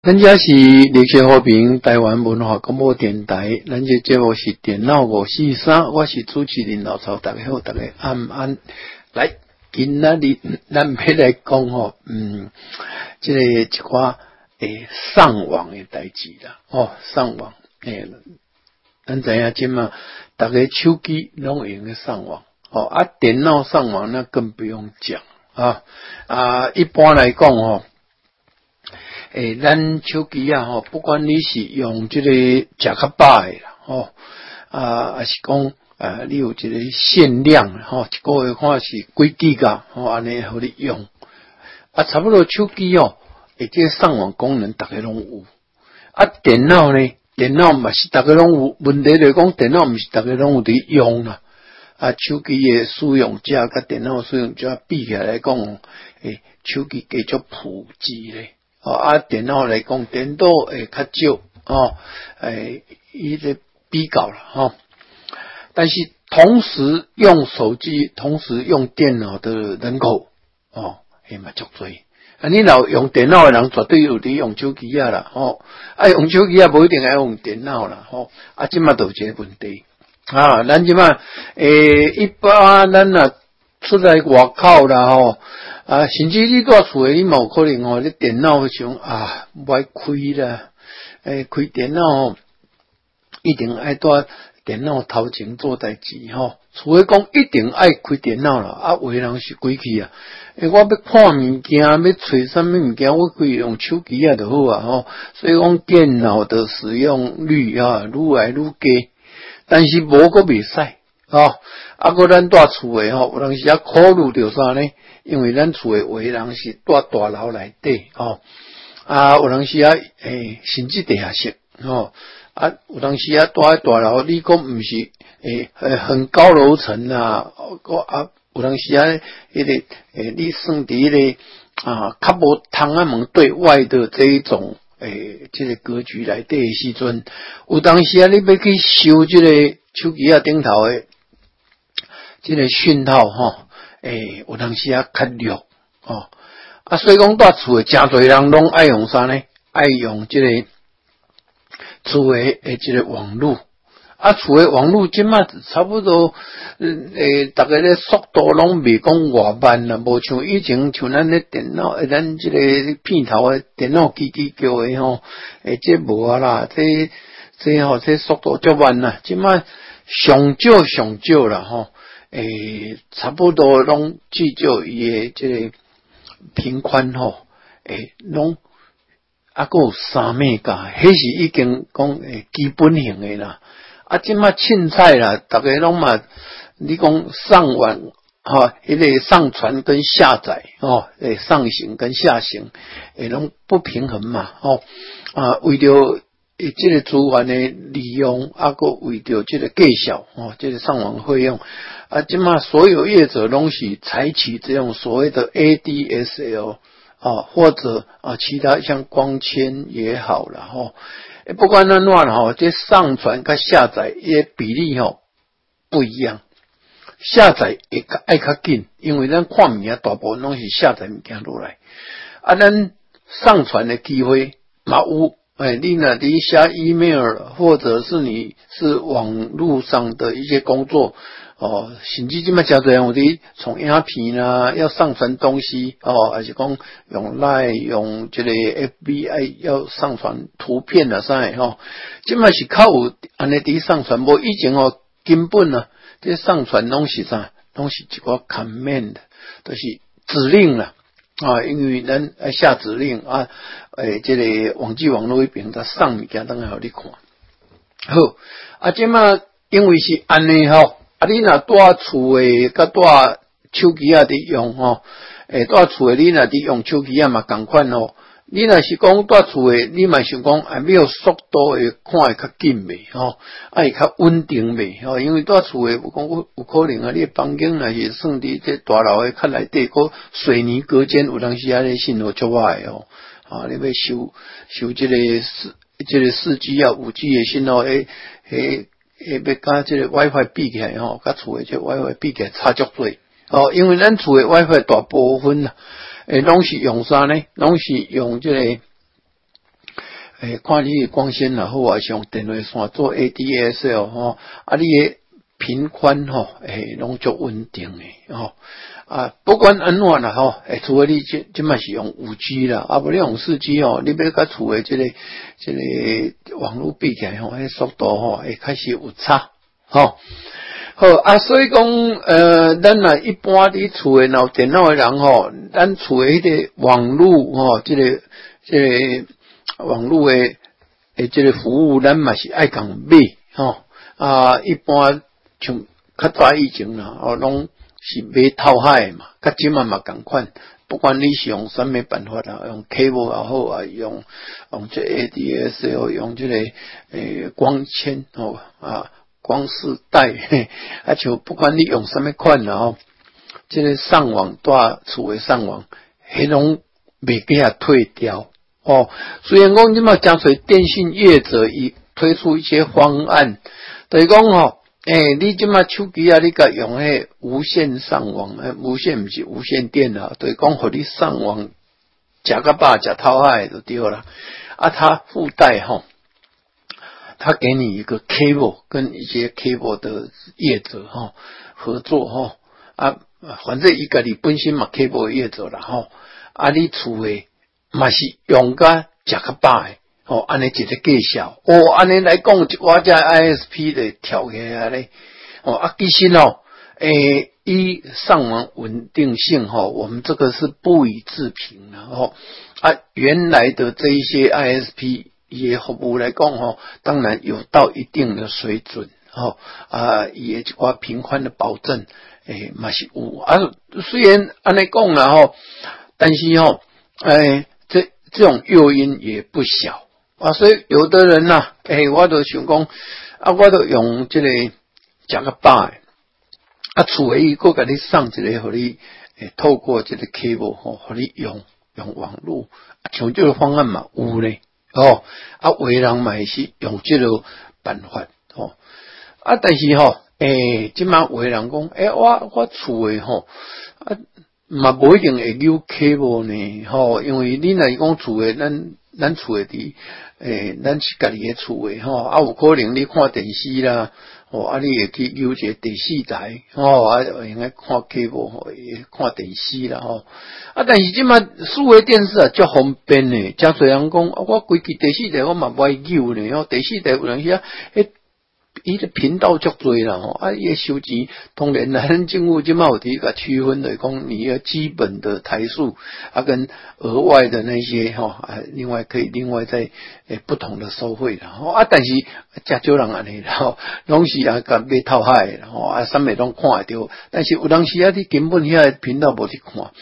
咱这是历史和平台湾文化广播电台，咱这节目是电脑543，我是主持人老曹，大家好，大家安。来，今仔日咱要来讲这个一寡上网的代志啦，上网咱知影即嘛，大家手机拢会用上网，电脑上网那更不用讲一般来讲咱手机不管你是用这个食较饱的啦，还是讲你有这个限量一个月看是几 G 安尼互你用，差不多手机这个上网功能大家拢有，电脑呢？电脑嘛是大家拢有，问题就是讲电脑毋是大家拢有伫用啦，手机的使用者甲电脑使用者比起来讲手机加足普及咧。电脑来讲，电脑会较少伊个比较啦但是同时用手机、同时用电脑的人口嘛足多。你若用电脑的人，绝对有伫用手机啦用手机无一定爱用电脑啦即马就有一个问题咱即马一般咱若出来外口啦甚至你住厝诶，你嘛有可能你电脑想不爱开啦，开电脑一定爱住电脑头前做代志除非讲一定爱开电脑啦，有的人是关去我要看物件，要找什么物件，我可以用手机就好所以讲电脑的使用率愈来愈低，但是无个袂使个咱住厝诶有当时考虑着啥呢？因为咱厝诶有的人是住大楼内底有当时甚至地下室有当时住喺大楼，你讲毋是很高楼层有当时迄个你算伫迄个较无窗门对外的这一种这个格局内底的时阵，有当时你要去收这个手机顶头的这个讯号有当时较弱所以讲住厝的真侪人拢爱用啥呢？爱用这个厝的这个网络厝的网络即马差不多大家咧速度拢未讲偌慢啦，无像以前像咱咧电脑咱这个片头的电脑叽叽叫的这无啦，这速度足慢啦，即马上少啦差不多拢至少伊的这个频宽拢还有3 MB， 迄是已经讲基本型的啦即马凊彩啦，大家拢嘛你讲上网迄个上传跟下载上行跟下行拢不平衡嘛为着这个资源的利用个为着这个计小这个上网费用即马所有业者拢是采取这种所谓的 ADSL或者其他像光纤也好啦不管怎样这上传跟下载也比例不一样，下载会爱较紧，因为咱看物件大部分拢是下载物件落来咱上传的机会嘛有你若你写 email 或者是你是网络上的一些工作甚至这么真侪有的从影片啦，要上传东西还是讲用 LINE 用这个 FBI 要上传图片啦啥这么是靠有安尼伫上传，无以前根本这上传拢是啥，拢是一个 command， 就是指令啦因为咱要下指令这个网际网络平台上物件当然互你看好这么因为是安尼你若住厝诶，甲住手机伫用住厝诶，你若伫用手机嘛同款你若是讲住厝诶，你嘛想讲要速度会看会较紧袂会较稳定袂因为住厝诶有讲有可能你房间若是算伫这大楼诶较内底个水泥隔间，有当时咧信号足歹你要收这个4G 5G 诶信号要甲这个 WiFi 比起来甲厝诶这 WiFi 比起来差足多因为咱厝诶 WiFi 大部分拢是用啥呢？拢是用这个看你的光纤也好啊，是用电话线做 ADSL 吼，啊，你的频宽吼，拢足稳定的吼。啊，不管安怎啦吼，除非你即摆是用5G 啦，啊无你用4G 吼，你要甲厝的这个网络比起来吼，速度吼会开始有差吼。好啊，所以讲咱若一般伫厝的有电脑的人吼，咱厝的迄个网络吼，这个网络的这个服务，咱嘛是爱共买吼啊，一般像较早以前啦，拢是买套海嘛，甲即嘛共款，不管你是用什么办法啦，用 cable 也好啊，用这 ADSL， 用这个光纤哦啊，光丝带，啊像不管你用什么款啦吼，这个上网带厝的上网，迄拢袂记啊退掉哦。虽然讲即嘛真侪电信业者伊推出一些方案，就是讲吼。你即马手机啊，你甲用迄无线上网，无线毋是无线电啦，就是讲互你上网，食个饱食透海就对啦。啊，它附带吼，它给你一个 cable， 跟一些 cable 的业者吼合作吼，啊，反正伊家己本身嘛 cable 的业者啦吼，啊，你厝诶嘛是用甲食个饱诶。安尼一个介绍，安尼来讲，我这 ISP 的跳起来咧，其实以上网稳定性我们这个是不予置评的原来的这一些 ISP 也服务来讲当然有到一定的水准也一寡频宽的保证嘛是有虽然安尼讲啦但是这种诱因也不小。所以有的人我都想讲我都用这个食个饱厝诶伊佫甲你送一个互你透过这个 cable 互你用网络像这个方案嘛有咧有的人嘛是用这个办法但是即马有的人讲我厝诶嘛无一定会有 cable 呢因为你若是讲厝诶咱厝诶伫咱是家己诶厝诶有可能你看电视啦你会去有一个第四台应该看 cable 看电视啦但是即马数位电视足方便诶，诚侪人讲我规支第四台我嘛不爱有呢第四台有当时伊的频道足多啦伊的收钱当然咱政府即马有伫个区分的讲你的基本的台数跟额外的那些另外可以再不同的收费啦但是诚少人安尼啦拢是甲买套海啦啥物拢看会到，但是有当时你根本遐个频道无去看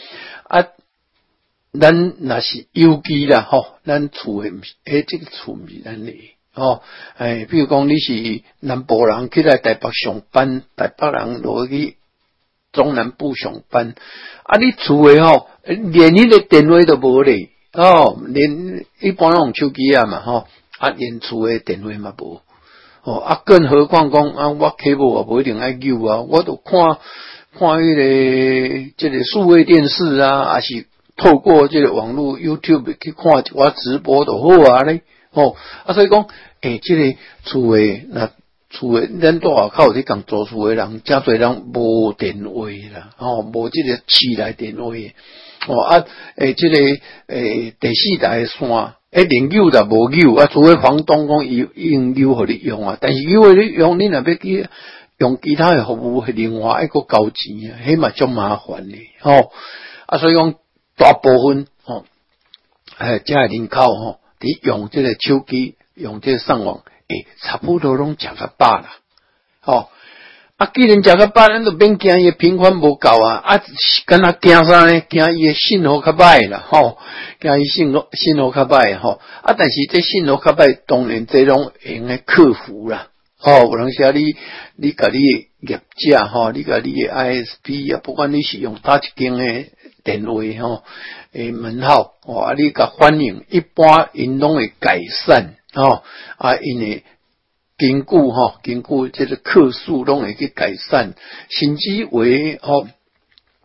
咱若是邮机啦咱厝诶毋是这个厝毋是咱的比如讲你是南部人起来台北上班，台北人落去中南部上班你厝诶连迄个电话都无咧连一般用手机嘛连厝诶电话嘛无更何况讲我 cable 也无一定爱有我都看迄个这个数位电视还是透过这个网络 YouTube 去看一寡直播就好咧所以讲这个厝诶咱在外口伫共做厝诶人诚侪人无电话啦无这个市内电话这个第四台线连有就无有除非房东讲伊用有互你用但是有互你用你若要去用其他诶服务另外佫交钱迄嘛足麻烦咧所以讲大部分这个人口伫用这个手机用这个上网差不多拢食个饱啦既然食个饱咱就免惊伊频宽无够敢若惊啥呢惊伊信号较歹啦惊伊信号较歹但是这信号较歹当然这种会用来克服啦有当时你甲你业者你甲你的 ISP 不管你是用哪一间的电话门号你甲反映一般因拢会改善因为经过这个客诉拢会去改善甚至为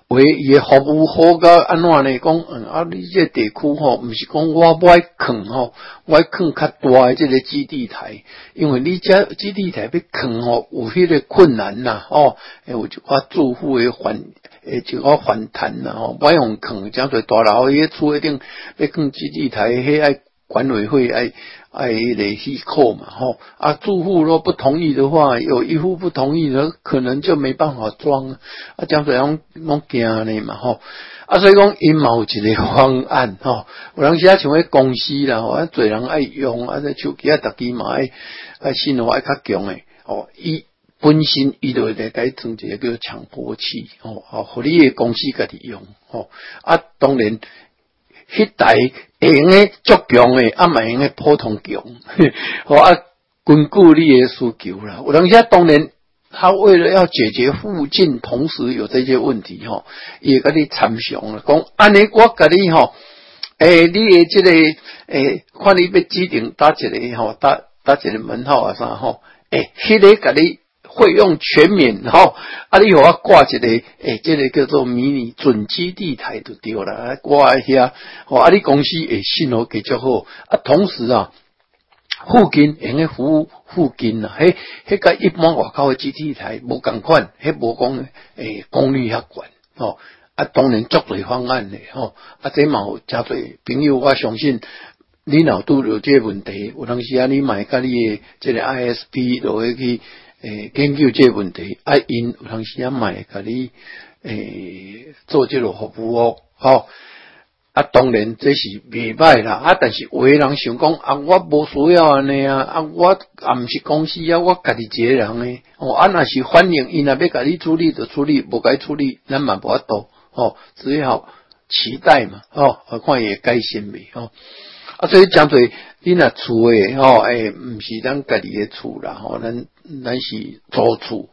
为伊诶服务好到安怎呢？讲你这地区吼，毋是讲我爱囥吼，我爱囥较大诶这个基地台，因为你这基地台要囥吼，有迄个困难呐，有一寡住户诶一寡反弹呐，我用囥讲做大楼迄厝一定要囥基地台，迄爱管委会爱来去扣嘛，住户若不同意的话，有一户不同意的，可能就没办法装这样子拢惊呢嘛，所以讲因嘛有一个方案，有当时像迄公司啦，侪人爱用，这手机逐支嘛爱信号爱较强诶，伊本身伊就会来改装一个叫强波器，互你诶公司家己用，当然。迄台会用诶足强诶，嘛会用诶普通强，根据你诶需求啦。有当时当然，他为了要解决附近同时有这些问题，伊会甲你参详啦，讲安尼我甲你你诶这个看你要指定打一个打一个门号啊啥迄个甲你。会用全免你互我挂一个这个叫做迷你准基地台就对啦，挂遐你公司信号继续好同时附近用个服务附近迄甲一般外口的基地台无共款，迄无讲功率遐悬当然足多方案的这嘛有诚多朋友，我相信你若拄着这个问题，有当时你嘛会甲你的这个 ISP 就会去研究这个问题，因有当时嘛会甲你做这个服务当然这是袂歹啦但是有的人想讲我无需要安尼我毋是公司我家己一个人诶若是欢迎伊若要甲你处理就处理，无甲伊处理咱嘛无法度只好期待嘛看伊会改善未所以讲做你若厝诶毋是咱家己诶厝啦咱是租厝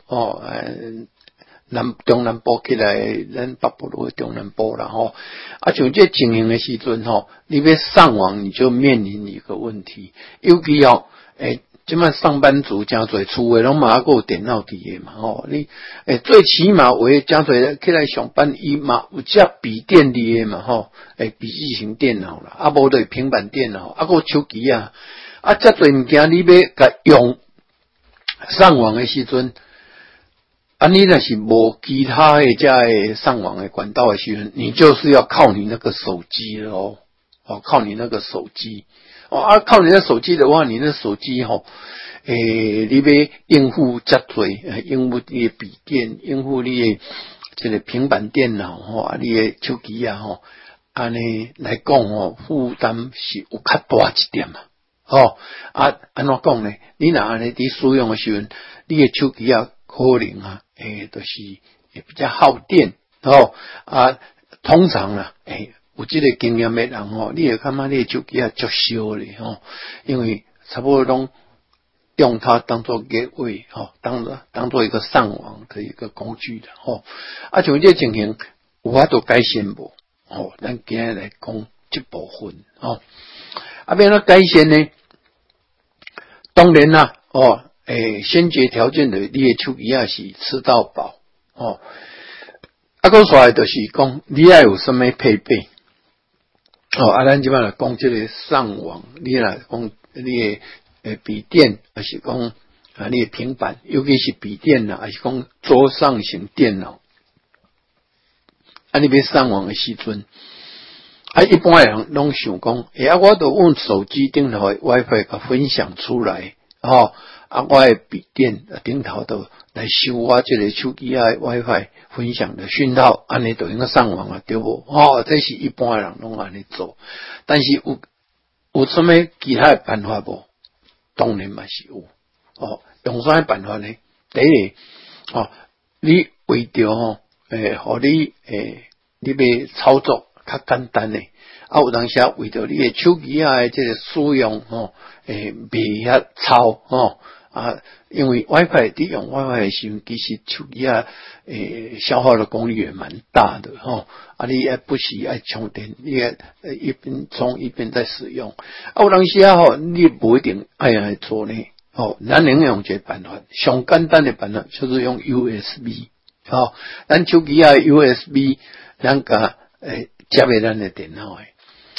中南部起来咱北部落中南部啦像这情形诶时阵你要上网你就面临一个问题，尤其即摆上班族诚侪厝诶拢嘛还有电脑伫诶嘛你最起码有诶诚侪起来上班伊嘛有只笔电伫诶嘛笔记型电脑啦无就平板电脑还有手机遮侪物件你要甲用上网诶时阵你若是无其他的这上网的管道的时候，你就是要靠你那个手机了靠你那个手机靠你的手机的话，你那手机你要应付遮多应付你的笔电，应付你的这个平板电脑你的手机安尼来讲负担是有较大一点安怎讲呢？你若安尼伫使用的时候，你的手机可能就是比较耗电通常啦有这个经验的人你会感觉你的手机足烧咧因为差不多拢用它当作 gateway 当作一个上网的一个工具的像这情形有法度改善无咱今日来讲这部分要怎改善呢？当然啦先决条件的你的手机是吃到饱再来就是讲你要有什么配备咱即摆来讲这个上网，你来讲你的笔电还是讲你的平板，尤其是笔电还是讲桌上型电脑你要上网的时阵一般的人拢想讲我都用手机顶头的 Wi-Fi 甲分享出来我的笔电顶头都来收我这个手机Wi-Fi 分享的讯号，安尼就应该上网对不这是一般的人拢安尼做，但是有什么其他的办法无？当然嘛是有用啥办法呢？第一你为着互你你要操作较简单的有当时为着你的手机的这个使用袂遐操因为 Wi-Fi 你用 Wi-Fi 的时候，其实手机消耗的功率也蛮大的你也不时爱充电，你也一边充一边在使用有当时你不一定爱来做呢咱能用这办法，上简单的办法就是用 USB 好，咱手机啊 USB 咱个接给咱的电脑诶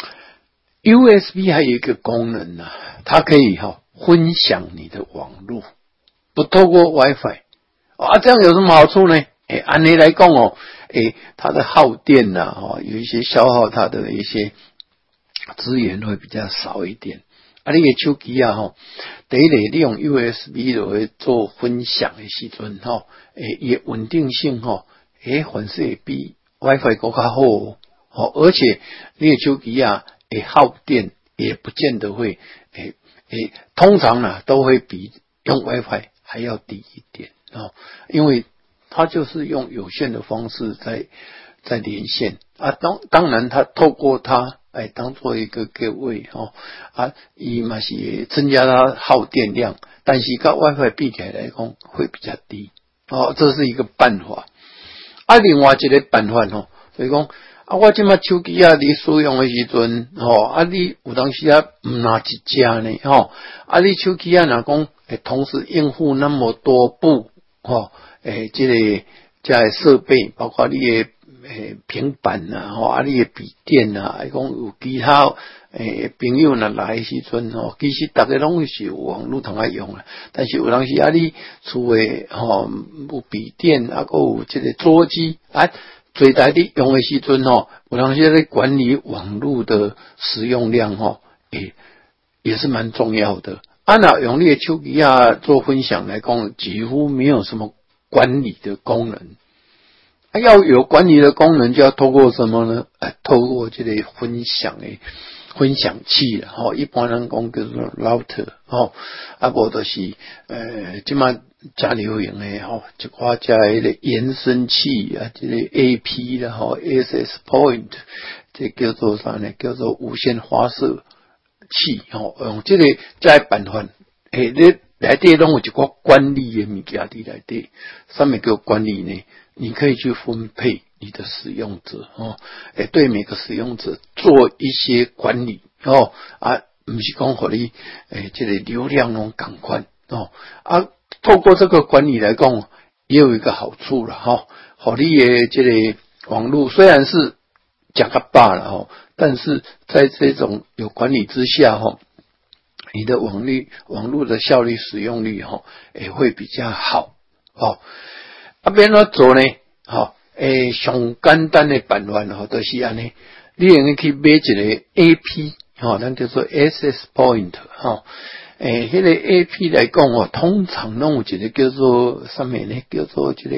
，USB 还有一个功能啊，它可以分享你的网络，不透过 WiFi 啊，这样有什么好处呢？按理来讲它的耗电啊，有一些消耗它的一些资源会比较少一点。你个手机啊第一个你用 USB 就会做分享的时阵伊稳定性反正会比 WiFi 更加好而且你的手机会耗电也不见得会通常都会比用 WiFi 还要低一点因为它就是用有线的方式在连线当然它透过它当做一个 gateway 伊嘛是增加它耗电量，但是跟 WiFi 比起来讲会比较低这是一个办法另外一个办法就是讲我现在手机你使用的时阵你有当时不拿一只呢你手机若讲同时应付那么多部这个设备，包括你的平板你的笔电讲有其他朋友若来的时阵其实大家拢是有网络通来用但是有当时你厝的有笔电还有这个桌机最大你用的时阵有当时在管理网络的使用量也是蛮重要的若用你的手机做分享来讲几乎没有什么管理的功能要有管理的功能就要透过什么呢透过这个分享器一般人讲叫做 router 无就是现在真流行的一寡这个延伸器这个 AP 啦access point 这叫做啥呢叫做无线发射器用这个办法你内底拢有一个管理的物件伫内底什么叫管理呢你可以去分配你的使用者对每个使用者做一些管理不是讲给你这个流量拢同款透过这个管理来讲也有一个好处啦给你的这个网络虽然是讲较大了但是在这种有管理之下你的网络的效率使用率也会比较好要怎么做呢上简单的办法就是这样你用去买一个 AP 咱叫做 access point 那个 AP 来讲通常拢有一个叫做什么呢叫做这个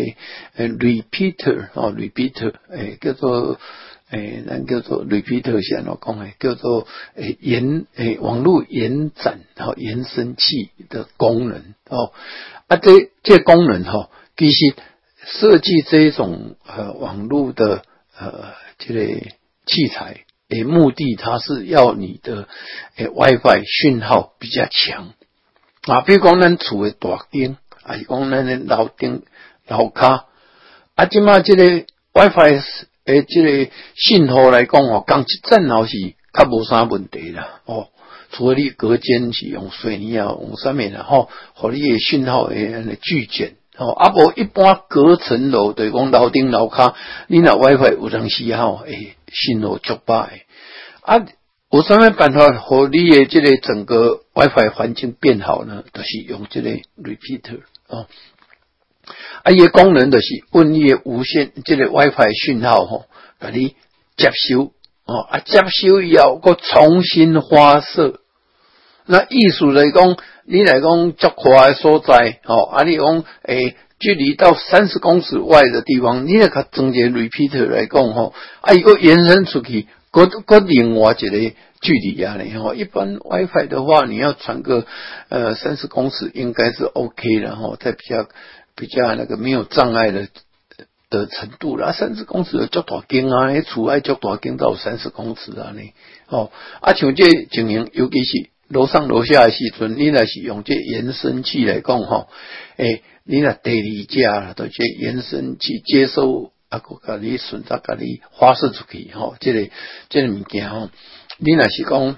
repeater 叫做咱叫做 repeater 是怎么讲的叫做网络延展延伸器的功能这功能其实设计这一种网络的这个器材目的它是要你的WiFi 讯号比较强比如讲咱厝的大间还是讲咱的楼顶楼骹现在这个 WiFi 这个信号来讲刚一站是较无啥问题啦除了你隔间是用水泥用什么啦互你的讯号会巨减无一般隔层楼就是讲楼顶楼骹你若 WiFi 有当时信号足歹有什么办法互你的这个整个 WiFi 环境变好呢就是用这个 repeater伊的功能就是问你的无线这个 WiFi 讯号把你接收接收以后再重新发射那意思来讲你来讲足宽的所在你讲距离到30公尺外的地方你那个装一个 repeater 来讲伊个延伸出去个另外一个距离一般 WiFi 的话你要传个30公尺应该是 OK 的在比较那个没有障碍的程度啦30公尺足大间厝爱足大间到30公尺像这情形尤其是楼上楼下的时阵你若是用这延伸器来讲你若第二家啦就这延伸器接收甲你顺便甲你发射出去这个物件你若是讲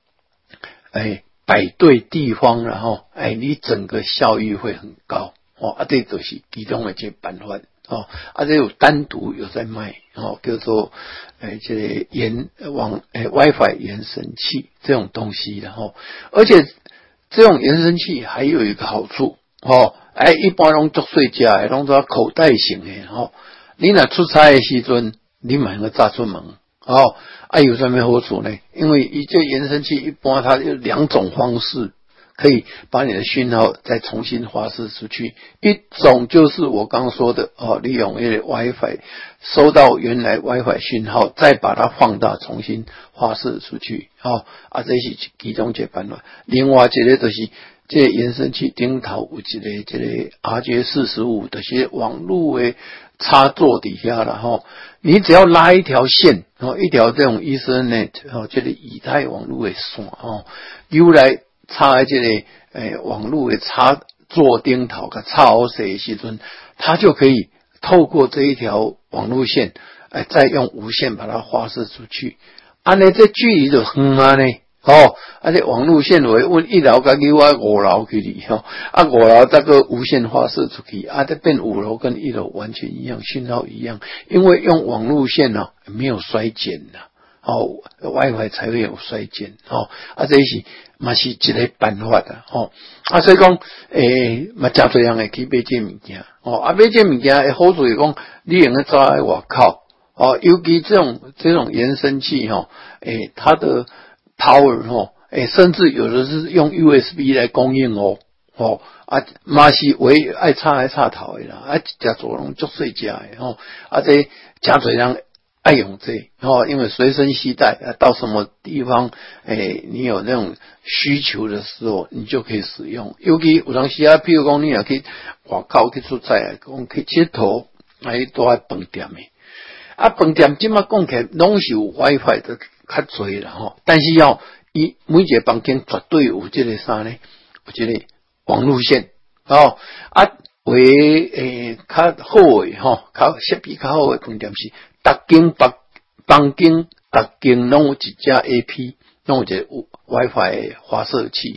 摆对地方然后你整个效益会很高这就是其中的这办法哦，这有单独有在卖哦，叫做这个WiFi 延伸器这种东西的哦，而且这种延伸器还有一个好处哦，一般拢做碎家的，拢做口袋型的哦，你若出差的时阵，你买个炸出门哦，有什么好处呢？因为这延伸器一般它有2种方式。可以把你的讯号再重新发射出去，一种就是我刚说的利用WiFi 收到原来 WiFi 讯号，再把它放大重新发射出去这是其中一个办法。另外一个就是这个延伸器顶头有一个这个 RJ45 的些网络的插座底下了你只要拉一条线一条这种 Ethernet 这个以太网络的线由来插在这个网络的插座顶头跟插好势的时阵，它就可以透过这一条网路线再用无线把它发射出去。这距离就远呢这网路线为阮1楼甲叫我5楼去哩5楼再个无线发射出去这变5楼跟1楼完全一样，讯号一样，因为用网路线没有衰减WiFi 才会有衰减这是嘛是一个办法的所以讲嘛真多人会去买这物件买这物件的好处是讲你用得走在外口尤其这种延伸器它的 power 甚至有的是用 USB 来供应嘛是爱插来插头的啦一只做拢足细只的这真多人爱用这因为随身携带到什么地方你有那种需求的时候你就可以使用，尤其有当时譬如讲你也去外口去出差讲去佚佗都在饭店的饭店现在讲起来拢是有 WiFi 的较多啦但是伊每一个房间绝对有这个啥呢，有这个网路线为较好的较设备较好的饭店是每间房间每间拢有一只 AP， 拢有一个 WiFi 的发射器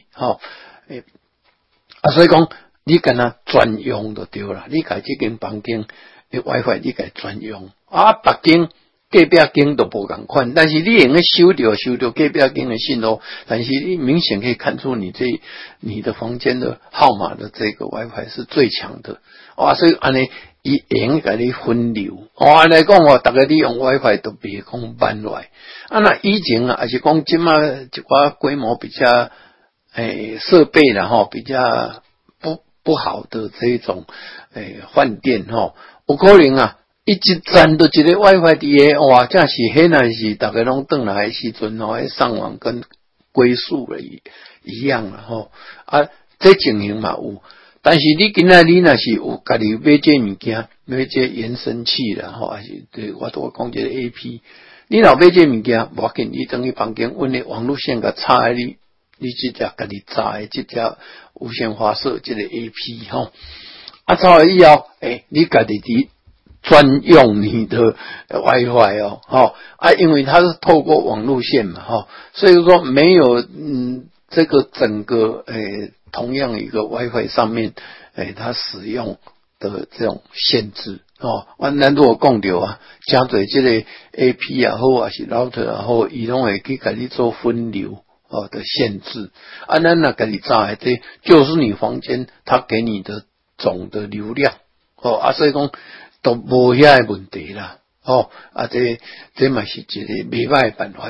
所以讲你跟它专用就对了，你把这间房间的 WiFi 你给专用别间隔壁间都不同款，但是你用个收到隔壁间的信号，但是你明显可以看出你的房间的号码的这个 WiFi 是最强的所以这样伊会给你分流来讲大家你用 WiFi 都别讲慢来那以前还是讲现在一寡规模比较设备啦比较不好的这种饭店有可能一站都一个 WiFi 伫真是显然是大家拢转来的时阵上网跟龟速了一样啦这情形嘛有，但是你今仔你若是有家己买这物件，买这延伸器啦还是对我讲这个 AP， 你若买这物件无要紧，你等于房间阮的网路线甲插在你这只家己扎的这只无线发射这个 AP插了以后你家己专用你的 WiFi 因为它是透过网路线嘛所以说没有这个整个同样一个 WiFi 上面它使用的这种限制咱如果讲到真多这个 AP 也好还是 router 也好，伊拢会去给你做分流的限制咱若给你扎的就是你房间它给你的总的流量所以讲都无遐个问题啦这嘛是一个袂歹的办法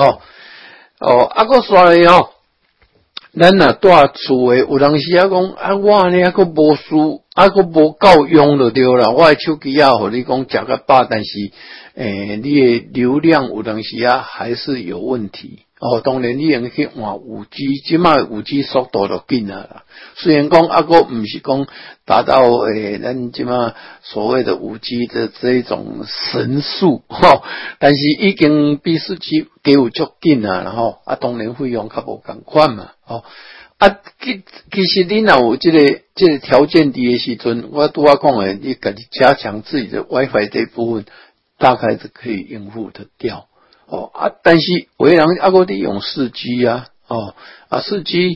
个说咧咱若住厝的有当时讲我呢个无事个无够用就对啦，我的手机互你讲食个饱，但是你的流量有当时还是有问题当然你用去换 5G， 现在 5G 速度就紧啦，虽然讲个不是讲达到咱现在所谓的 5G 的这种神速但是已经比 4G 给有足紧啦当然费用较无同款嘛其实你若有这个条件低的时阵，我拄仔讲的你自己加强自己的 WiFi 这部分大概是可以应付得掉但是有的人还佫利用 4G 4G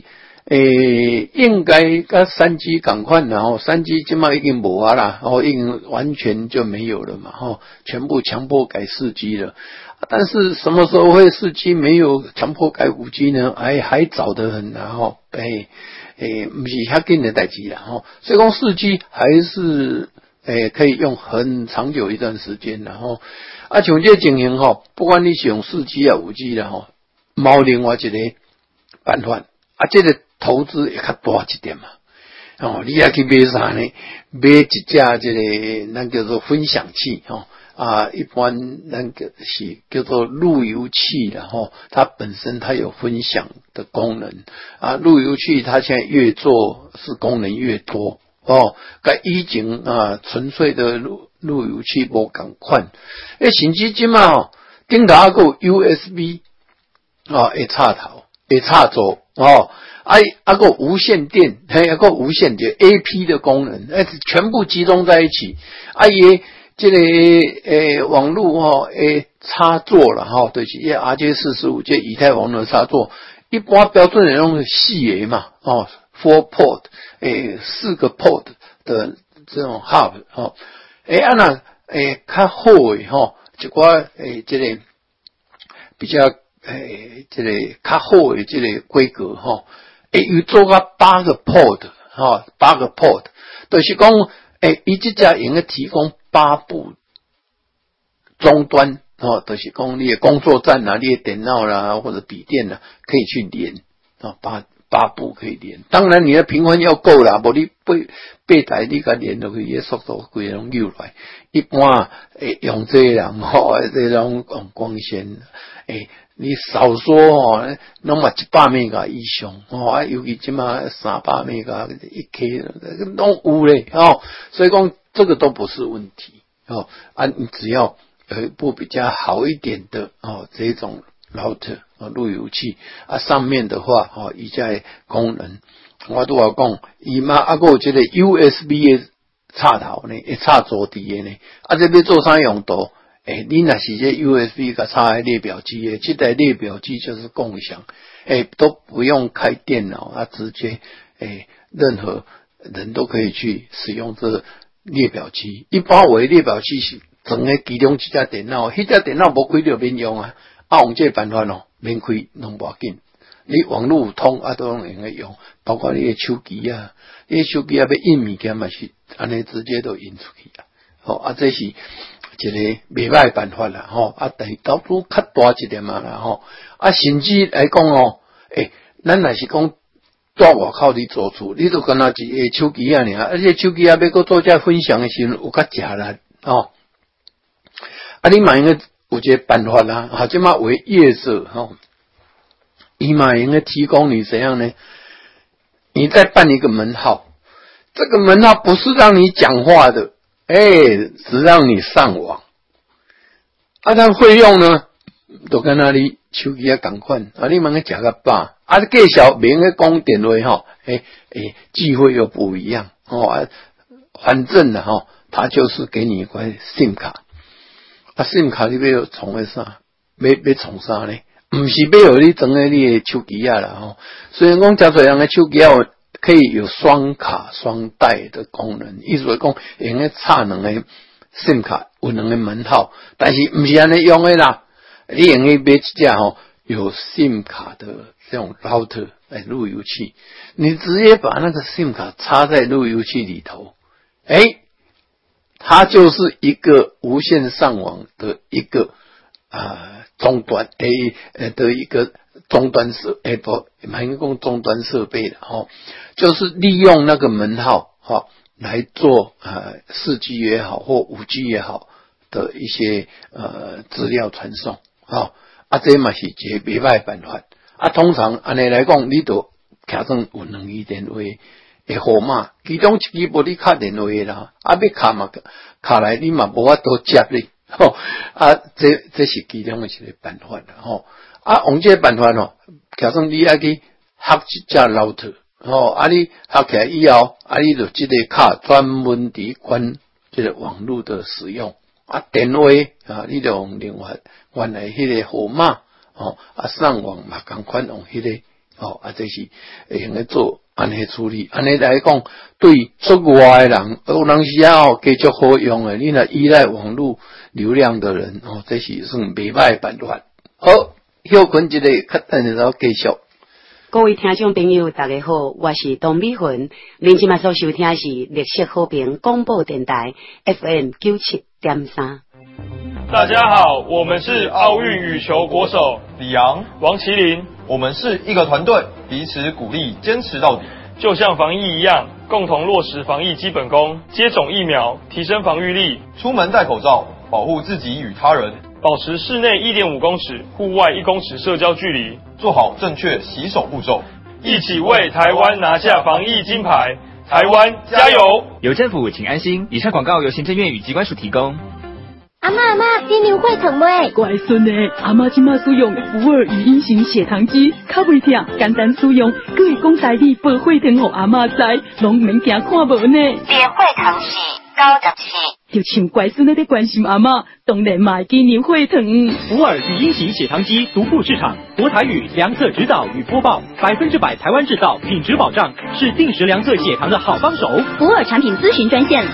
应该跟3G同款啦吼，3G 现在已经无啊啦，已经完全就没有了嘛全部强迫改4G了。但是什么时候会4G 没有强迫改5G 呢？还早得很啦不是遐紧的代志啦所以讲4G 还是可以用很长久一段时间啦像这情形不管你是用4G 啊 5G 啦冇另外一个办法这个投资也较大一点嘛你也去买啥呢？买一架这个咱叫做分享器一般那个是叫做路由器啦它本身它有分享的功能路由器它现在越做是功能越多跟以前纯粹的路由器无同款甚至今嘛顶头还有 USB 会插头会插座还有无线电还有无线电 AP 的功能全部集中在一起也这个网络插座啦就是RJ45这以太网络插座一般标准的用4个嘛4 port 4个 port 的这种 hub 那较好的一寡这个比较这个较好的这个规格有做到8个 port 8个 port 就是讲伊这家应该提供8部终端就是讲你的工作站啦你的电脑啦或者笔电啦可以去连8部可以连当然你的频宽要够啦不你8台你给连落去也速度规拢溜来一般用这人这种光纤你少说拢嘛100 mega 以上尤其现在300 mega 1K 拢有咧所以讲这个都不是问题你只要有一部比较好一点的这种 router 路由器上面的话以下的功能我都要讲伊嘛还有这个 USB 的插头呢会插座底的呢这要做啥用途你若是这 USB 给插在列表机的这台列表机就是共享都不用开电脑直接任何人都可以去使用这列表机一般为列表机是整个其中一架电脑那架电脑没开就免用用这办法免开拢不要紧你网络通都能够用包括你的手机你的手机要印物件嘛是这样直接都印出去这是一个不错的办法啦但是投资较大一点嘛啦甚至来讲咱若是讲在外口你做厝你就跟他一个手机而且手机要搁做这分享的时候有较吃力你嘛应该有一个办法啦这嘛为业者你嘛应该提供你怎样呢你再办一个门号这个门号不是让你讲话的只让你上网但费用呢都跟那里手机同款你们吃个饱介绍免个讲电话机会又不一样反正他就是给你一块 SIM 卡SIM 卡你要充的啥要充啥呢不是要你装在你的手机啦虽然讲这多人的手机可以有双卡双待的功能意思是讲用个插两个 SIM 卡有两个门号但是不是这样用的啦你用个买一架有 SIM 卡的这种 router 路由器你直接把那个 SIM 卡插在路由器里头它就是一个无线上网的一个终端的一个终端设蛮讲终端设备的就是利用那个门号来做4G 也好或 5G 也好的一些资料传送这嘛是一个不错的办法通常按呢来讲你就卡上有两支电话的号码其中一支无你卡电话啦要卡嘛卡来你嘛无法度接你这是其中的一个办法啦用这个办法卡上你要去合一架 router你合起来以后你就这个卡专门伫管这个网络的使用电话你就用另外原来迄个号码上网嘛同款用迄个这是会用来做安尼处理。安尼来讲，对出外的人，有当时继续好用的，你若依赖网络流量的人，这是算袂歹的办法。好，休困一个，等下再继续。 各位听众朋友，大家好，我是董美云。您今麦所收听的是绿色和平广播电台 FM 97.3。 大家好，我们是奥运羽球国手李阳、 王麒麟， 我们是一个团队，彼此鼓励，坚持到底。 就像防疫一样，共同落实防疫基本功，接种疫苗，提升防御力， 出门戴口罩，保护自己与他人， 保持室内1.5公尺、户外1公尺社交距离， 做好正确洗手步骤， 一起为台湾拿下防疫金牌。台湾加油！ 有政府，请安心。以上广告由行政院与机关署提供。 阿嬷，你牛血糖未？ 乖孙呢，阿嬷今麦使用福尔语音型血糖机，较袂痛，简单使用，佫会讲台语报血糖，互阿嬷知，拢免惊看无呢。 连血糖是94， 就像乖孙在关心阿嬷，当然嘛会记牛血糖。 福尔语音型血糖机独步市场，国台语量测指导与播报，100%台湾制造，品质保障，是定时量测血糖的好帮手。 福尔产品咨询专线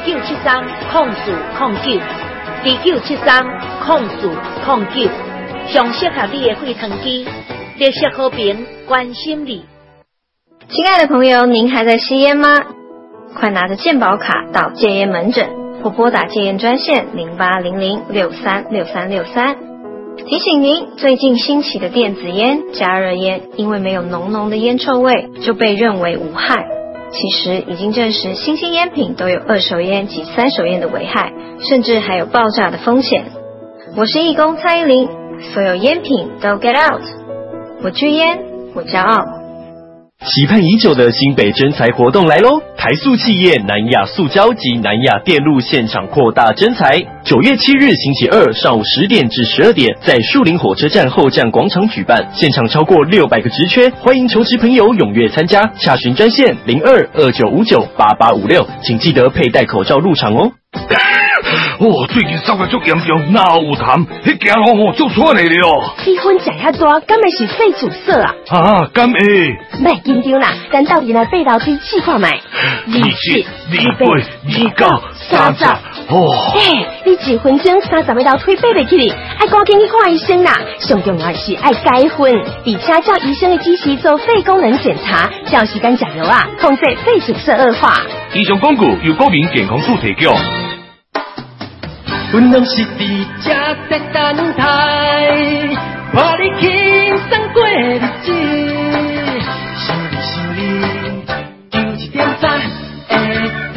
29730409。29730409，上适合你的血糖机，绿色和平关心你。亲爱的朋友，您还在吸烟吗？快拿着健保卡到戒烟门诊，或拨打戒烟专线0800636363。提醒您，最近兴起的电子烟、加热烟，因为没有浓浓的烟臭味，就被认为无害。其实已经证实，新兴烟品都有二手烟及三手烟的危害，甚至还有爆炸的风险。我是义工蔡依林，所有烟品都 get out， 我拒烟，我骄傲。 期盼已久的新北征才活动来咯！台塑企业南亚塑胶及南亚电路现场扩大征才，9月7日星期二上午10点至12点，在树林火车站后站广场举办，现场超过600个职缺，欢迎求职朋友踊跃参加，洽询专线0229598856，请记得佩戴口罩入场哦。 最近烧得足严重，哪有痰？迄行路足喘的了。 气温食遐大，敢会是肺阻塞啊？ 敢会？ 别紧张啦，咱到底来背楼梯试看卖。 27、28、29、30。 你1分钟30个楼梯爬袂起哩，爱赶紧去看医生啦。上重要的是爱解昏，而且照医生的指示做肺功能检查，照时间食药啊，控制肺阻塞恶化。 以上广告由国民健康署提供。 阮拢是伫这在等待，看你轻松过日子，想你，就1.3会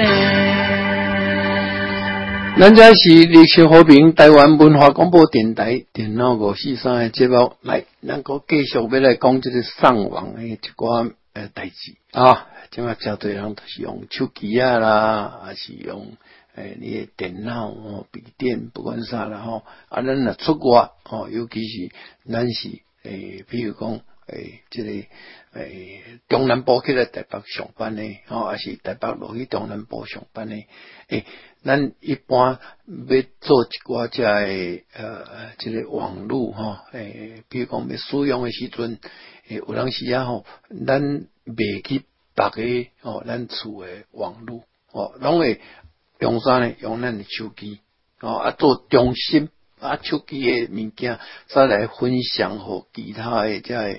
咱这是绿色和平台湾文化广播电台电脑543的节目，来，咱个继续要来讲这个上网的一寡代志啊。即马真侪人都是用手机啊啦，还是用你的电脑笔电，不管啥啦咱若出国尤其是咱是比如讲这个中南部去来台北上班的还是台北落去中南部上班的咱一般要做一寡这个这个网络比如讲要使用的时阵有当时咱袂去别个咱厝的网络拢会用啥呢？用咱的手机做中心手机的物件再来分享互其他的这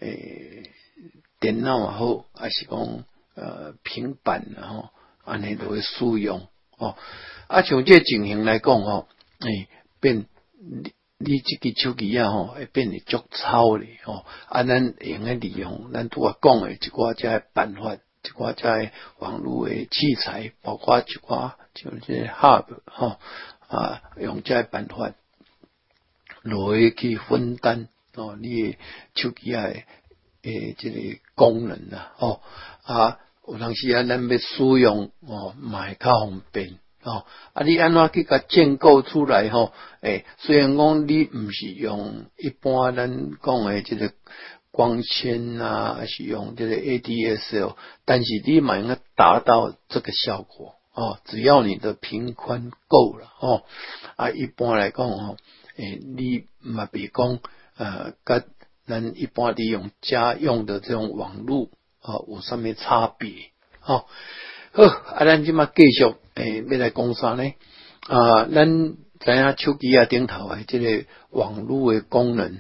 电脑也好，还是讲平板安尼都会使用像这情形来讲变你这个手机会变得足糙咧咱用来利用咱拄讲的一寡这办法，一寡这网络的器材，包括一寡像这 hub 用这办法落去分担你的手机的这个功能有当时咱要使用嘛会较方便你安怎去甲建构出来虽然讲你毋是用一般咱讲的这个光纤还是用这个 ADSL， 但是你嘛应该达到这个效果只要你的频宽够了一般来讲你嘛别讲甲咱一般利用家用的这种网络有什么差别好，咱即马继续要来讲啥呢？咱知影手机顶头的这个网络的功能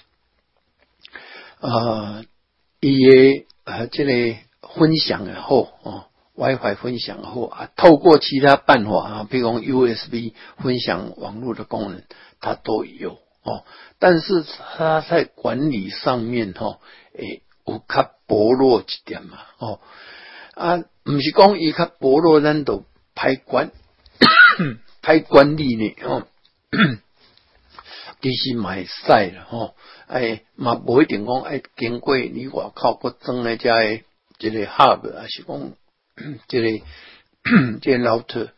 伊的这个分享也好WiFi 分享后透过其他办法比如讲 USB 分享网络的功能，它都有但是它在管理上面有较薄弱一点嘛不是讲伊较薄弱，咱都歹管理呢其实嘛会使啦嘛无一定讲爱经过你外口搁装的遮的这个 hub 还是讲这个router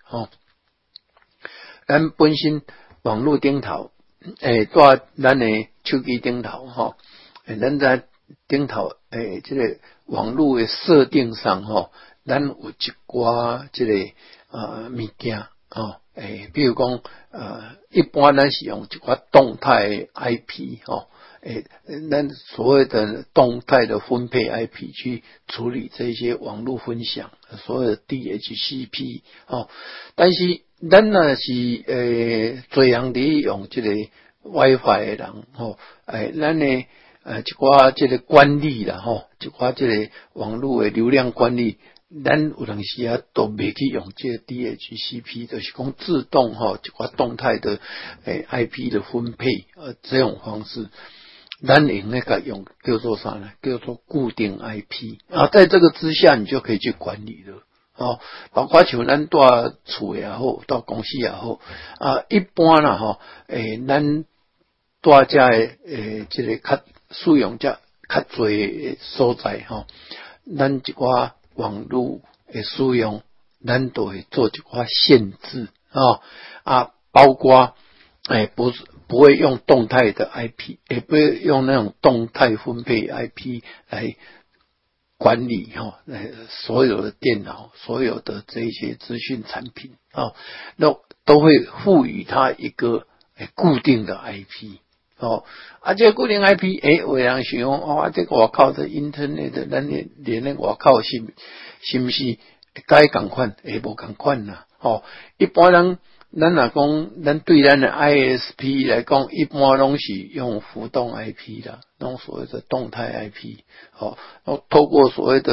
咱本身网络顶头在咱的手机顶头咱在顶头这个网络的设定上咱有一寡这个物件比如讲一般咱是用一寡动态的 IP咱所谓的动态的分配 IP 去处理这些网络分享，所谓的 DHCP 但是咱若是多人伫用这个 WiFi 的人咱的一寡这个管理啦一寡这个网络的流量管理，咱有当时都袂去用这个 DHCP， 就是讲自动一寡动态的IP 的分配这种方式。咱用那个用叫做啥呢？叫做固定 IP 在这个之下，你就可以去管理了包括像咱住厝也好，到公司也好一般啦咱住遮的这个较使用者较多的所在咱一寡网络的使用，咱都会做一寡限制包括不会用动态的 IP， 也不会用那种动态分配 IP 来管理所有的电脑，所有的这些资讯产品那都会赋予它一个固定的 IP这个固定 IP 有人想讲这个外口的 Internet 咱连那外口是不是该同款无同款啦一般人咱若讲咱对咱的 ISP 来讲，一般拢是用浮动 IP 啦，用所谓的动态 IP透过所谓的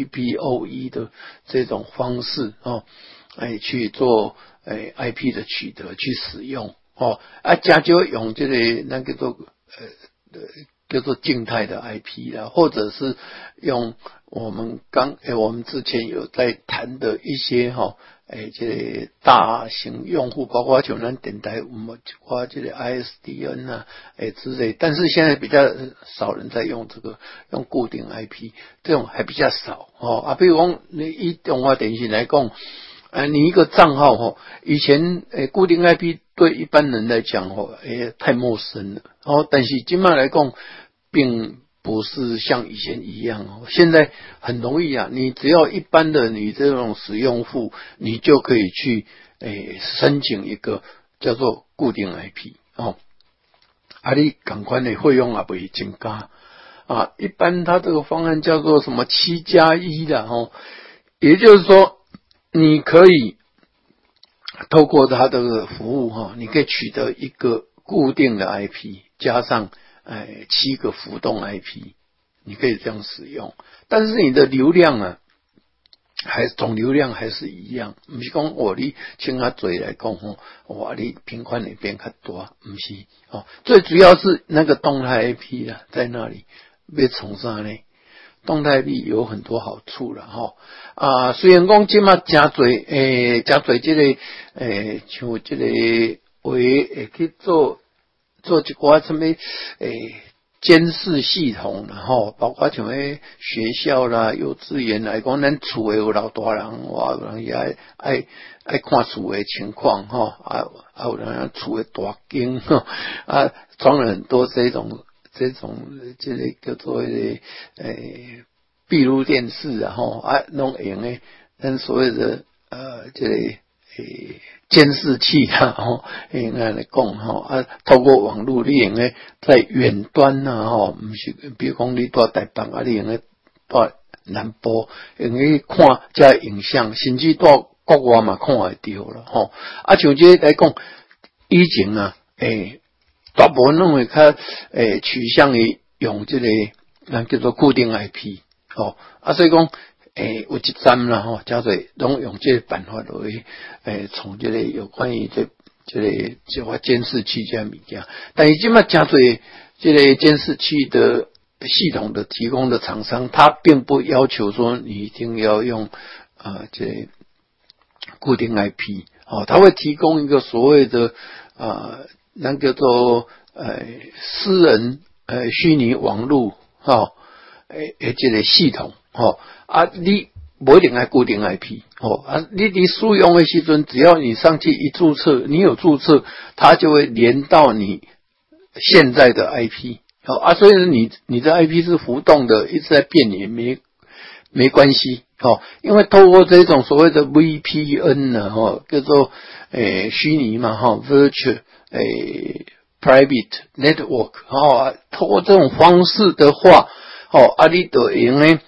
PPPoE 的这种方式去做IP 的取得去使用加就用这个那个叫做静态的 IP 啦，或者是用我们之前有在谈的一些这个大型用户，包括像咱电台有一寡这个 ISDN 之类，但是现在比较少人在用这个用固定 IP， 这种还比较少比如讲你以中华电信来讲你一个账号以前固定 IP 对一般人来讲太陌生了但是现在来讲并不是像以前一样现在很容易你只要一般的你这种使用户，你就可以去申请一个叫做固定 IP 你赶快的费用也不会增加一般它这个方案叫做什么7+1的也就是说你可以透过它这个服务你可以取得一个固定的 IP 加上7个浮动 IP， 你可以这样使用，但是你的流量总流量还是一样，不是讲你请他嘴来讲你频宽会变较大，不是最主要是那个动态 IP 在那里要从啥呢？动态 IP 有很多好处啦虽然讲现在真多这个像这个会去做一寡什么监视系统啦包括像学校啦幼稚园来讲，咱厝有老大人有人也爱看厝的情况有人厝的大间装了很多这种这个叫做闭路电视弄用的咱所谓的这个监视器啦，应该来讲透过网络你用咧在远端不是，比如讲你在台北你用咧在南部用咧看这影像，甚至在国外嘛看会到了像这来讲，以前大部分拢会较趋向于用这个咱叫做固定 IP 所以讲有一站啦叫做拢用这个办法来从这个有关于这个监视器这物件，但是现在真多这个监视器的系统的提供的厂商，他并不要求说你一定要用这个固定 IP 他会提供一个所谓的那叫做私人虚拟网络这个系统你不一定要固定 IP 你使用的时阵，只要你上去一注册，你有注册，它就会连到你现在的 IP 所以你的 IP 是浮动的，一直在变也没关系因为透过这种所谓的 VPN 呢叫做虚拟嘛virtual private network 透过这种方式的话你就用呢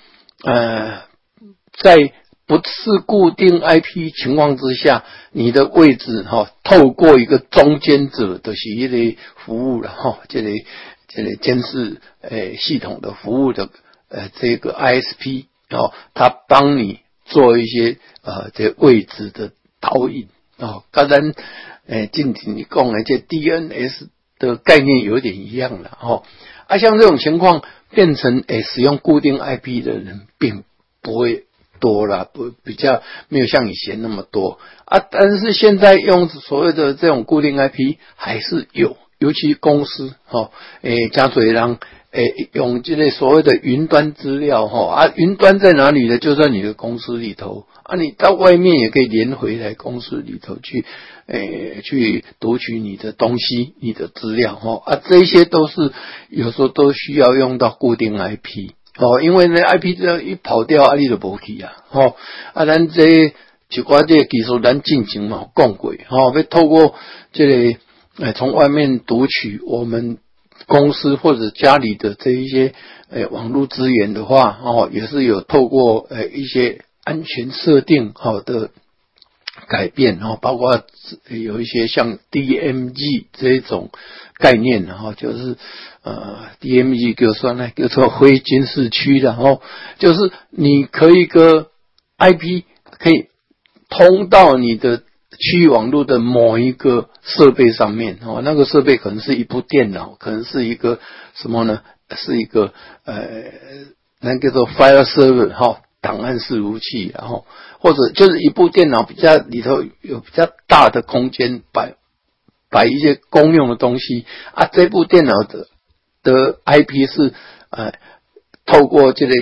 在不是固定 IP 情况之下，你的位置透过一个中间者的是一个服务了这个监视系统的服务的这个 ISP它帮你做一些这位置的导引跟咱近期你讲的这 DNS 的概念有点一样了像这种情况变成使用固定 IP 的人并不会多了，比较没有像以前那么多但是现在用所谓的这种固定 IP 还是有，尤其公司加多人用这类所谓的云端资料云端在哪里呢？就在你的公司里头你到外面也可以连回来公司里头去读取你的东西，你的资料这些都是有时候都需要用到固定 IP因为呢 IP 这样一跑掉你就没去咱这一寡这技术咱进前嘛讲过要透过这个从外面读取我们公司或者家里的这一些网络资源的话也是有透过一些安全设定的改变包括有一些像 DMZ 这种概念就是DMZ 叫做非监视区的就是你可以个 IP 可以通到你的区域网络的某一个设备上面那个设备可能是一部电脑，可能是一个什么呢？是一个那叫做 file server 档案伺服器，然后或者就是一部电脑比较里头有比较大的空间摆一些公用的东西这部电脑的 IP 是透过这个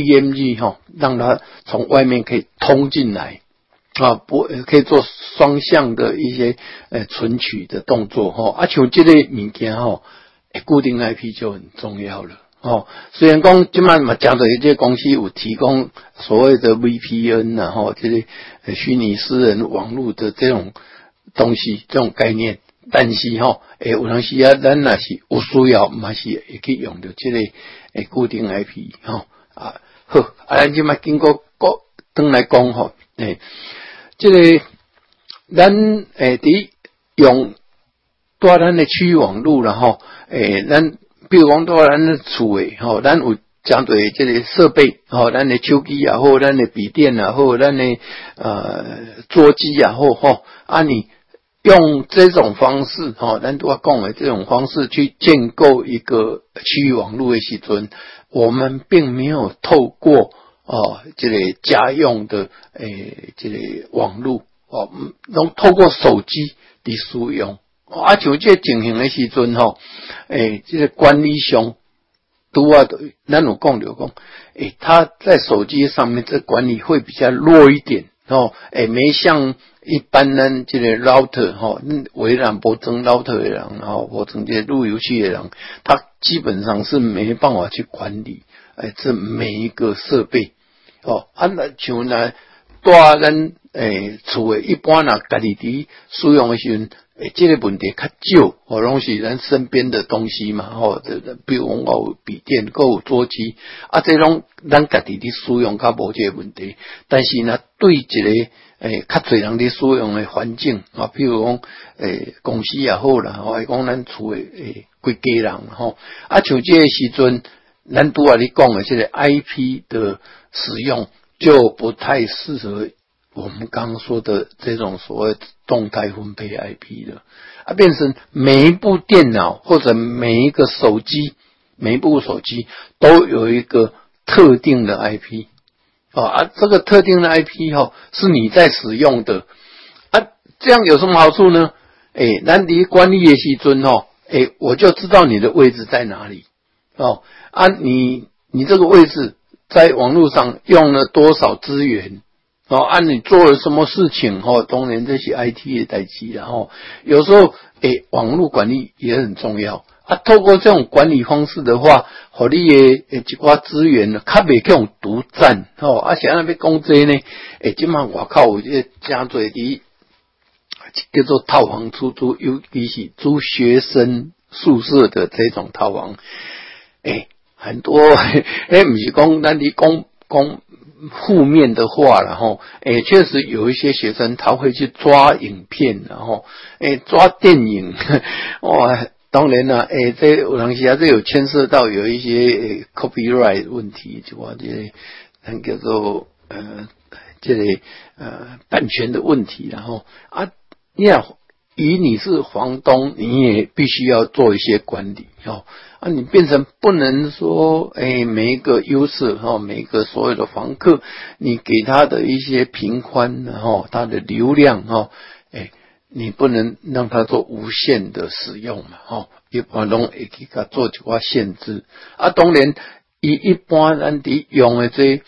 DMZ 让它从外面可以通进来可以做双向的一些存取的动作像这个物件固定 IP 就很重要了虽然讲现在嘛讲的这些公司有提供所谓的 VPN 这些虚拟私人网络的这种东西这种概念，但是有当时咱若是有需要嘛是会去用到这个固定 IP 好咱现在经过回来讲这个咱伫用在咱的区域网络啦咱比如讲在咱的厝诶咱有相对这个设备咱的手机也好，咱的笔电也好，咱的桌机也好你用这种方式咱都要讲的这种方式去建构一个区域网络的时阵，我们并没有透过这个家用的这个网络拢透过手机的使用像这情形的时阵这个管理上咱有讲就讲他在手机上面这管理会比较弱一点没像一般咱这个 router 微软不装 router 的人不装这个路由器的人，他基本上是没办法去管理这每一个设备那像咱厝诶一般啦，家己伫使用诶时阵，这个问题较少，拢是咱身边的东西嘛，比如讲有笔电，还有桌机，这拢咱家己伫使用较无这个问题。但是呢，对一个较侪人伫使用诶环境啊，比如讲公司也好啦，还讲咱厝诶规家人像这个时阵，咱拄仔你讲诶这个 IP 的使用就不太适合我们刚刚说的这种所谓动态分配 IP 的变成每一部电脑或者每一个手机，每一部手机都有一个特定的 IP 这个特定的 IP 是你在使用的这样有什么好处呢？咱伫管理的时阵我就知道你的位置在哪里你这个位置在网络上用了多少资源你做了什么事情当然这是 IT 的代志啦有时候网络管理也很重要透过这种管理方式的话，互你的一寡资源较袂去用独占现在要讲这呢现在外口有这真多的叫做套房出租，尤其是租学生宿舍的这种套房很多不是讲咱伫讲负面的话啦确实有一些学生他会去抓影片然后抓电影当然啦这有当时这有牵涉到有一些copyright 问题，就话这咱叫做这个版权的问题然后你是房东，你也必须要做一些管理你变成不能说每一个user每一个所有的房客，你给他的一些频宽他的流量你不能让他做无限的使用嘛一般拢会去给他做一寡限制当然一般咱伫用的这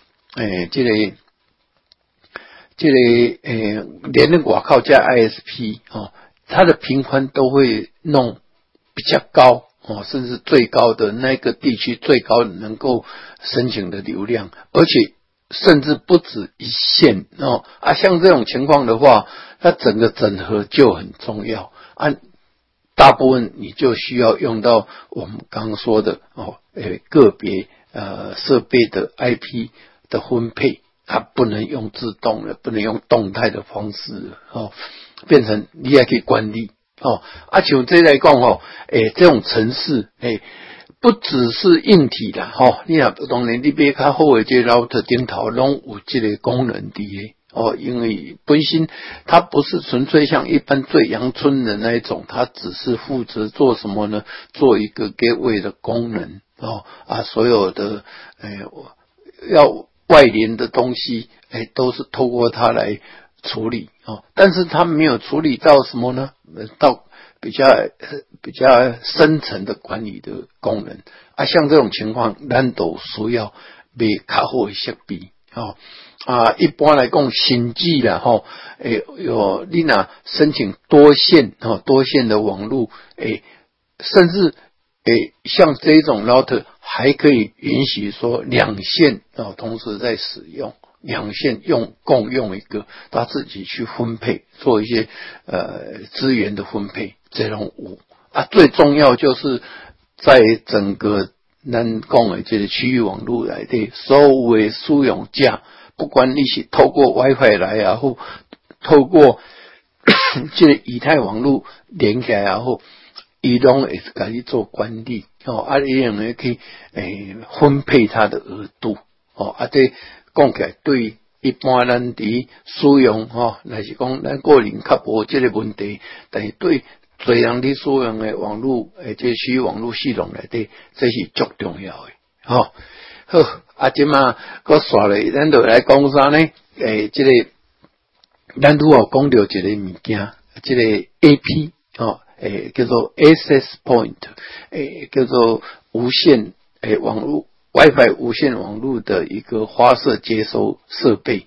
连外口加 ISP它的频宽都会弄比较高甚至最高的那个地区最高能够申请的流量，而且甚至不止一线像这种情况的话，它整个整合就很重要大部分你就需要用到我们刚刚说的个别设备的 IP 的分配不能用自动的，不能用动态的方式变成你也可以管理像这来讲这种程式不只是硬体啦你若当然你买较好的这 router 顶头拢有这个功能伫因为本身它不是纯粹像一般最阳春的那一种，它只是负责做什么呢？做一个 gateway 的功能所有的要外联的东西都是透过它来处理但是它没有处理到什么呢？到比较深层的管理的功能像这种情况咱都需要买较好的设备一般来讲甚至啦有你若申请多线的网络甚至像这种 router 还可以允许说两线同时在使用，两线共用一个，他自己去分配，做一些资源的分配，这种有最重要就是在整个咱讲的这个区域网络内底，所有的使用者，不管你是透过 WiFi 来或透过这个以太网络连起来伊拢会给你做管理你用的可以分配它的额度这讲起来对一般咱伫使用若是讲咱个人较无这个问题，但是对侪人伫使用的网络这区域网络系统内底，这是足重要的好即马佫刷咧，咱就来讲啥呢？这个咱拄好讲到一个物件，这个 AP叫做 access point 叫做无线网络 WiFi 无线网络的一个发射接收设备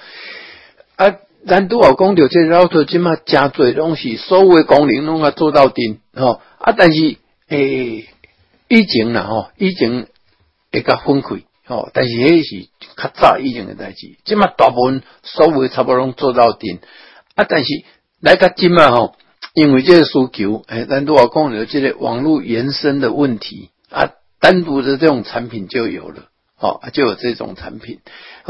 咱拄好讲到这个 router 即马真侪拢是所有的功能拢做到顶但是以前会甲分开但是迄是较早以前的代志，即嘛大部分所有差不多拢做到顶但是来到今嘛因为这个需求，咱都要讲有这个网络延伸的问题单独的这种产品就有了，就有这种产品，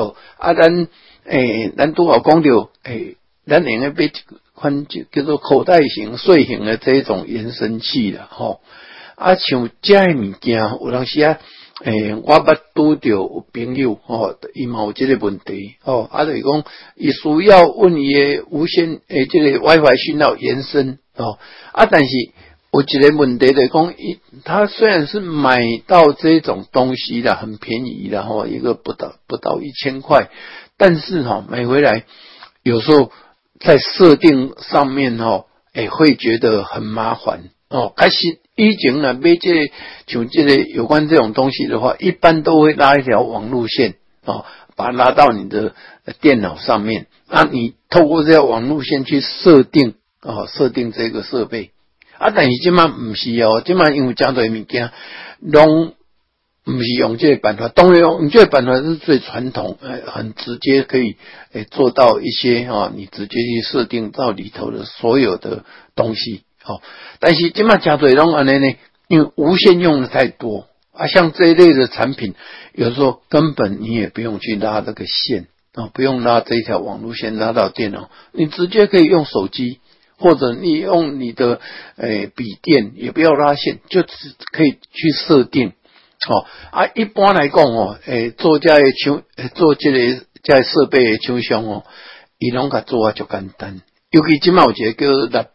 咱都要讲到，咱应该买一款叫做口袋型、碎型的这种延伸器啦，像这些物件，有当时我捌拄到有朋友伊嘛有这个问题就是讲伊需要问伊的无线这个 WiFi 讯号延伸但是有一个问题就是讲他虽然是买到这种东西啦，很便宜啦一个不到1000块，但是买回来有时候在设定上面会觉得很麻烦开始以前买这个像这个有关这种东西的话，一般都会拉一条网路线把它拉到你的电脑上面你透过这条网路线去设定这个设备但是现在不是现在因为很多物件拢不是用这个办法，当然用这个办法是最传统很直接可以做到一些你直接去设定到里头的所有的东西但是现在很多拢这样呢，因为无线用的太多像这一类的产品有时候根本你也不用去拉这个线不用拉这一条网路线拉到电脑，你直接可以用手机或者你用你的笔电也不要拉线，就只可以去设定一般来讲做这个设备的厂商伊拢甲做就简单，尤其现在有一个叫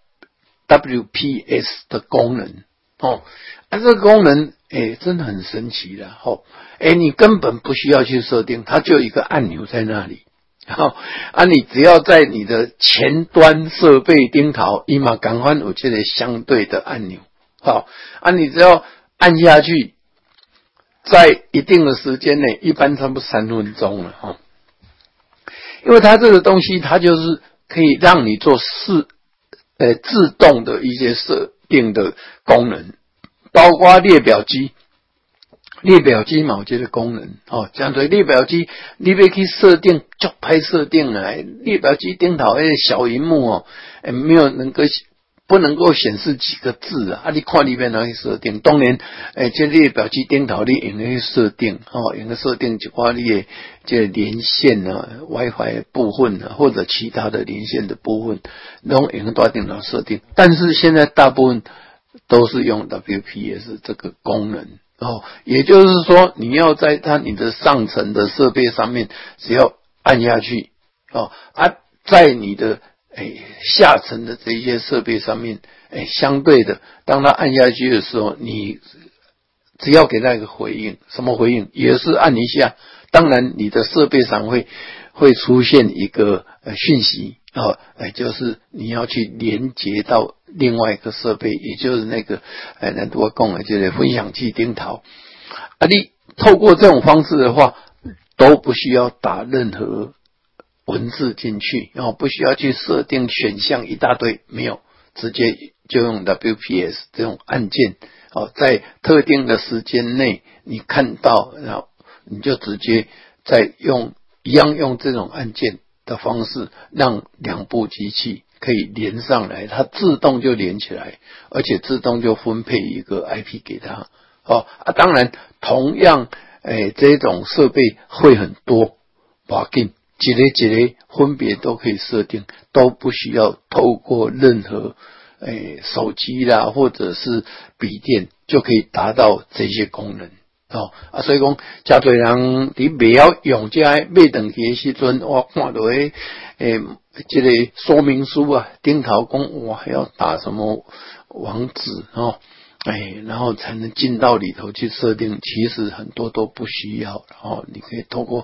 WPS 的功能这个功能真的很神奇啦你根本不需要去设定，它就有一个按钮在那里你只要在你的前端设备顶头伊嘛赶快有这个相对的按钮你只要按下去，在一定的时间内，一般差不多3分钟了因为它这个东西它就是可以让你做自动的一些设定的功能，包括列表机嘛有这个功能这样子列表机你要去设定就拍设定列表机顶头小萤幕没有不能够显示几个字你看里面哪去设定，当然这列表机顶头你用去设定用去设定一寡你的这连线WiFi 的部分或者其他的连线的部分都用在电脑设定，但是现在大部分都是用 WPS 这个功能也就是说你要在你的上层的设备上面只要按下去在你的下层的这些设备上面相对的当它按下去的时候，你只要给它一个回应，什么回应也是按一下，当然你的设备上会出现一个讯息就是你要去连接到另外一个设备，也就是那个咱都讲的这个分享器顶头你透过这种方式的话都不需要打任何文字进去不需要去设定选项一大堆，没有，直接就用 WPS 这种按键在特定的时间内你看到，然后你就直接再一样用这种按键的方式让两部机器可以连上来，它自动就连起来，而且自动就分配一个 IP 给它当然同样这种设备会很多，不要紧一个分别都可以设定，都不需要透过任何手机啦或者是笔电就可以达到这些功能所以讲真多人你不要用这买回去的时阵我看到这个说明书顶头讲哇还要打什么网址然后才能进到里头去设定，其实很多都不需要你可以透过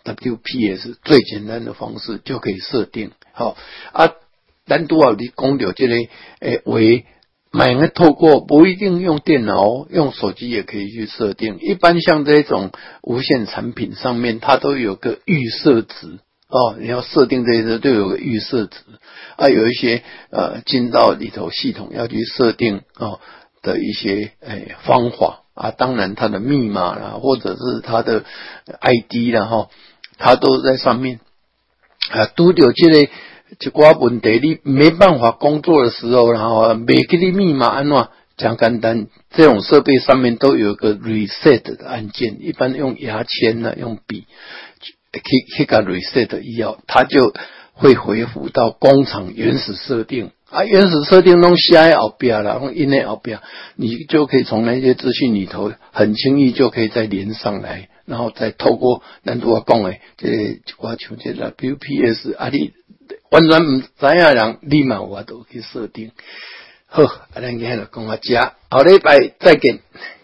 WPS 最简单的方式就可以设定咱都要你讲到这个买透过不一定用电脑用手机也可以去设定，一般像这种无线产品上面它都有个预设值你要设定这些都有个预设值有一些进到里头系统要去设定的一些方法当然它的密码啦，或者是它的 ID 啦它都在上面拄到这个一寡问题你没办法工作的时候，然后没给你密码安怎讲简单，这种设备上面都有一个 reset 的按键，一般用牙签呢，用笔去个 reset 以后，它就会恢复到工厂原始设定原始设定弄写在后边啦，弄印在后边，你就可以从那些资讯里头很轻易就可以再连上来，然后再透过咱拄仔讲的这一寡像这个 WPS 你完全唔知影人，你嘛有法度去设定。好，咱今日就讲到这，下礼拜再见。